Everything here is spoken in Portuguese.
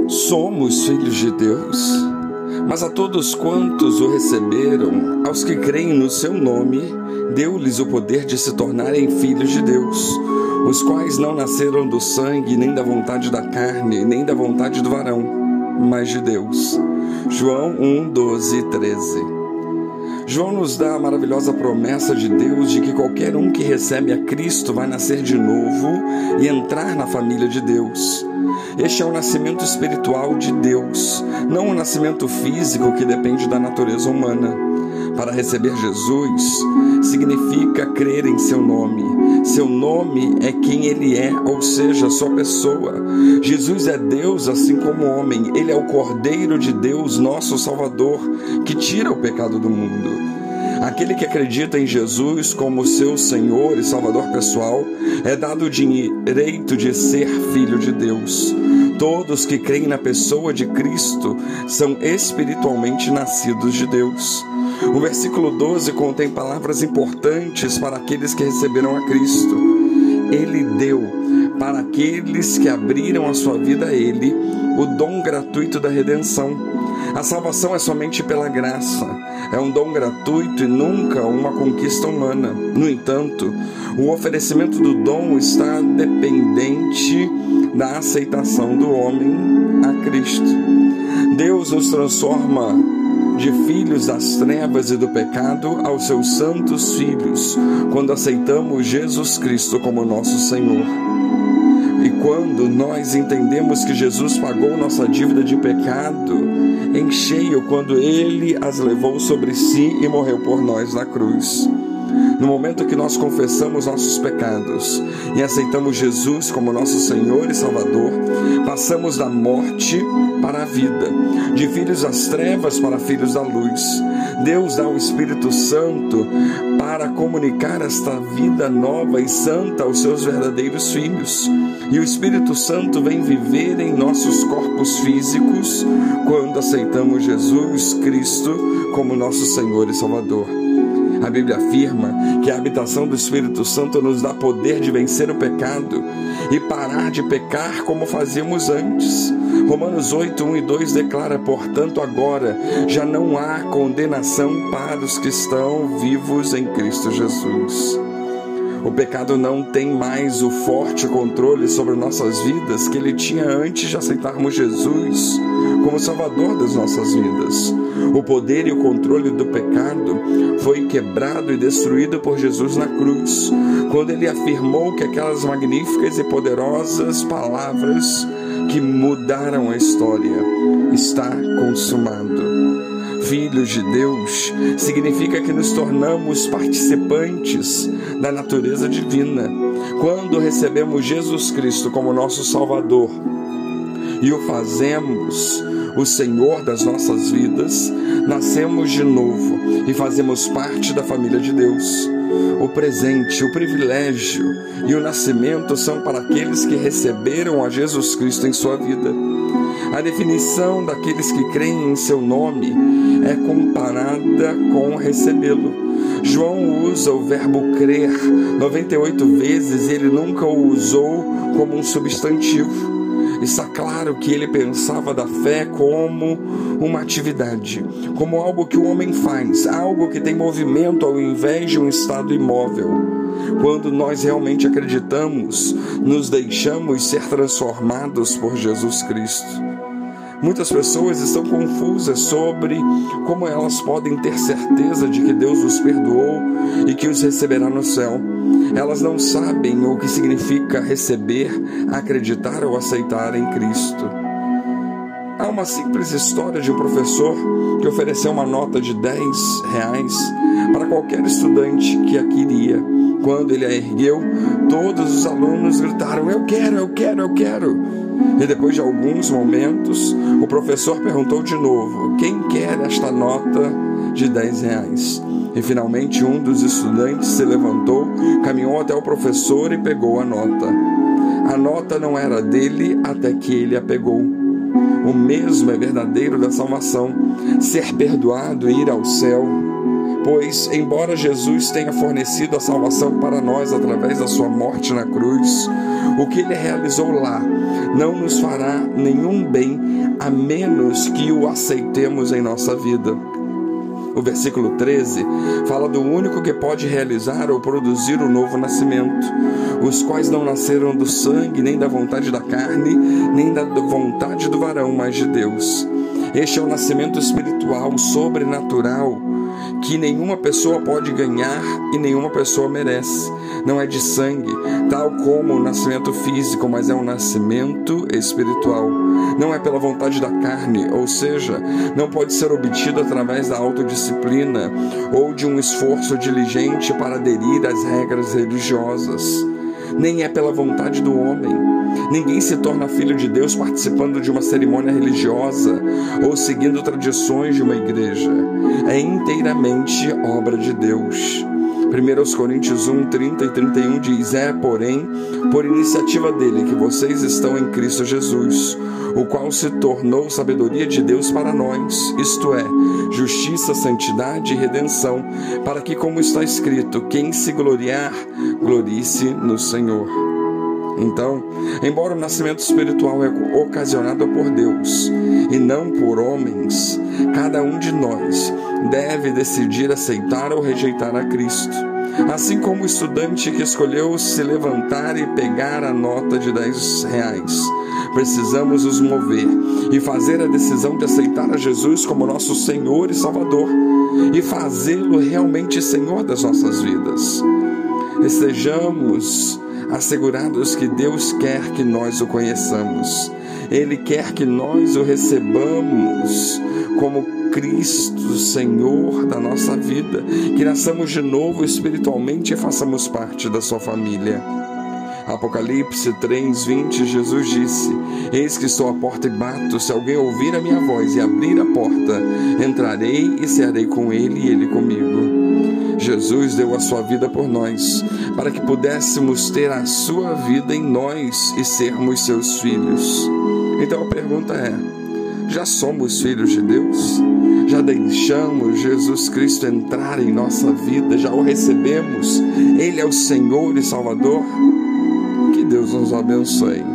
Somos filhos de Deus, mas a todos quantos o receberam, aos que creem no seu nome, deu-lhes o poder de se tornarem filhos de Deus, os quais não nasceram do sangue, nem da vontade da carne, nem da vontade do varão, mas de Deus. João 1, 12 e 13. João nos dá a maravilhosa promessa de Deus de que qualquer um que recebe a Cristo vai nascer de novo e entrar na família de Deus. Este é o nascimento espiritual de Deus, não o nascimento físico que depende da natureza humana. Para receber Jesus, significa crer em seu nome. Seu nome é quem ele é, ou seja, sua pessoa. Jesus é Deus assim como homem. Ele é o Cordeiro de Deus, nosso Salvador, que tira o pecado do mundo. Aquele que acredita em Jesus como seu Senhor e Salvador pessoal é dado o direito de ser filho de Deus. Todos que creem na pessoa de Cristo são espiritualmente nascidos de Deus. O versículo 12 contém palavras importantes para aqueles que receberam a Cristo. Ele deu para aqueles que abriram a sua vida a Ele o dom gratuito da redenção. A salvação é somente pela graça, é um dom gratuito e nunca uma conquista humana. No entanto, o oferecimento do dom está dependente da aceitação do homem a Cristo. Deus nos transforma de filhos das trevas e do pecado aos seus santos filhos, quando aceitamos Jesus Cristo como nosso Senhor. E quando nós entendemos que Jesus pagou nossa dívida de pecado em cheio, quando Ele as levou sobre si e morreu por nós na cruz. No momento que nós confessamos nossos pecados e aceitamos Jesus como nosso Senhor e Salvador, passamos da morte para a vida, de filhos das trevas para filhos da luz. Deus dá o Espírito Santo para comunicar esta vida nova e santa aos seus verdadeiros filhos. E o Espírito Santo vem viver em nossos corpos físicos quando aceitamos Jesus Cristo como nosso Senhor e Salvador. A Bíblia afirma que a habitação do Espírito Santo nos dá poder de vencer o pecado e parar de pecar como fazíamos antes. Romanos 8, 1 e 2 declara: portanto, agora já não há condenação para os que estão vivos em Cristo Jesus. O pecado não tem mais o forte controle sobre nossas vidas que ele tinha antes de aceitarmos Jesus como Salvador das nossas vidas. O poder e o controle do pecado foi quebrado e destruído por Jesus na cruz, quando ele afirmou que aquelas magníficas e poderosas palavras que mudaram a história: está consumado. Filhos de Deus significa que nos tornamos participantes da natureza divina. Quando recebemos Jesus Cristo como nosso Salvador e o fazemos o Senhor das nossas vidas, nascemos de novo e fazemos parte da família de Deus. O presente, o privilégio e o nascimento são para aqueles que receberam a Jesus Cristo em sua vida. A definição daqueles que creem em seu nome é comparada com recebê-lo. João usa o verbo crer 98 vezes e ele nunca o usou como um substantivo. Está claro que ele pensava da fé como uma atividade, como algo que o homem faz, algo que tem movimento ao invés de um estado imóvel. Quando nós realmente acreditamos, nos deixamos ser transformados por Jesus Cristo. Muitas pessoas estão confusas sobre como elas podem ter certeza de que Deus os perdoou e que os receberá no céu. Elas não sabem o que significa receber, acreditar ou aceitar em Cristo. Há uma simples história de um professor que ofereceu uma nota de R$10 para qualquer estudante que a queria. Quando ele a ergueu, todos os alunos gritaram: eu quero, eu quero, eu quero. E depois de alguns momentos, o professor perguntou de novo: quem quer esta nota de R$10? E finalmente um dos estudantes se levantou, caminhou até o professor e pegou a nota. A nota não era dele até que ele a pegou. O mesmo é verdadeiro da salvação: ser perdoado e ir ao céu. Pois, embora Jesus tenha fornecido a salvação para nós através da sua morte na cruz, o que ele realizou lá não nos fará nenhum bem a menos que o aceitemos em nossa vida. O versículo 13 fala do único que pode realizar ou produzir o novo nascimento, os quais não nasceram do sangue, nem da vontade da carne, nem da vontade do varão, mas de Deus. Este é o nascimento espiritual, sobrenatural, que nenhuma pessoa pode ganhar e nenhuma pessoa merece. Não é de sangue, tal como o nascimento físico, mas é um nascimento espiritual. Não é pela vontade da carne, ou seja, não pode ser obtido através da autodisciplina ou de um esforço diligente para aderir às regras religiosas. Nem é pela vontade do homem. Ninguém se torna filho de Deus participando de uma cerimônia religiosa ou seguindo tradições de uma igreja. É inteiramente obra de Deus. 1 Coríntios 1, 30 e 31 diz: porém, por iniciativa dele que vocês estão em Cristo Jesus, o qual se tornou sabedoria de Deus para nós, isto é, justiça, santidade e redenção, para que, como está escrito, quem se gloriar, glorie-se no Senhor. Então, embora o nascimento espiritual é ocasionado por Deus e não por homens, cada um de nós deve decidir aceitar ou rejeitar a Cristo. Assim como o estudante que escolheu se levantar e pegar a nota de R$10, precisamos nos mover e fazer a decisão de aceitar a Jesus como nosso Senhor e Salvador e fazê-lo realmente Senhor das nossas vidas. Estejamos assegurados que Deus quer que nós o conheçamos. Ele quer que nós o recebamos como Cristo, Senhor da nossa vida, que nasçamos de novo espiritualmente e façamos parte da sua família. Apocalipse 3:20, Jesus disse: eis que estou à porta e bato, se alguém ouvir a minha voz e abrir a porta, entrarei e cearei com ele e ele comigo. Jesus deu a sua vida por nós, para que pudéssemos ter a sua vida em nós e sermos seus filhos. Então a pergunta é: já somos filhos de Deus? Já deixamos Jesus Cristo entrar em nossa vida? Já o recebemos? Ele é o Senhor e Salvador? Que Deus nos abençoe.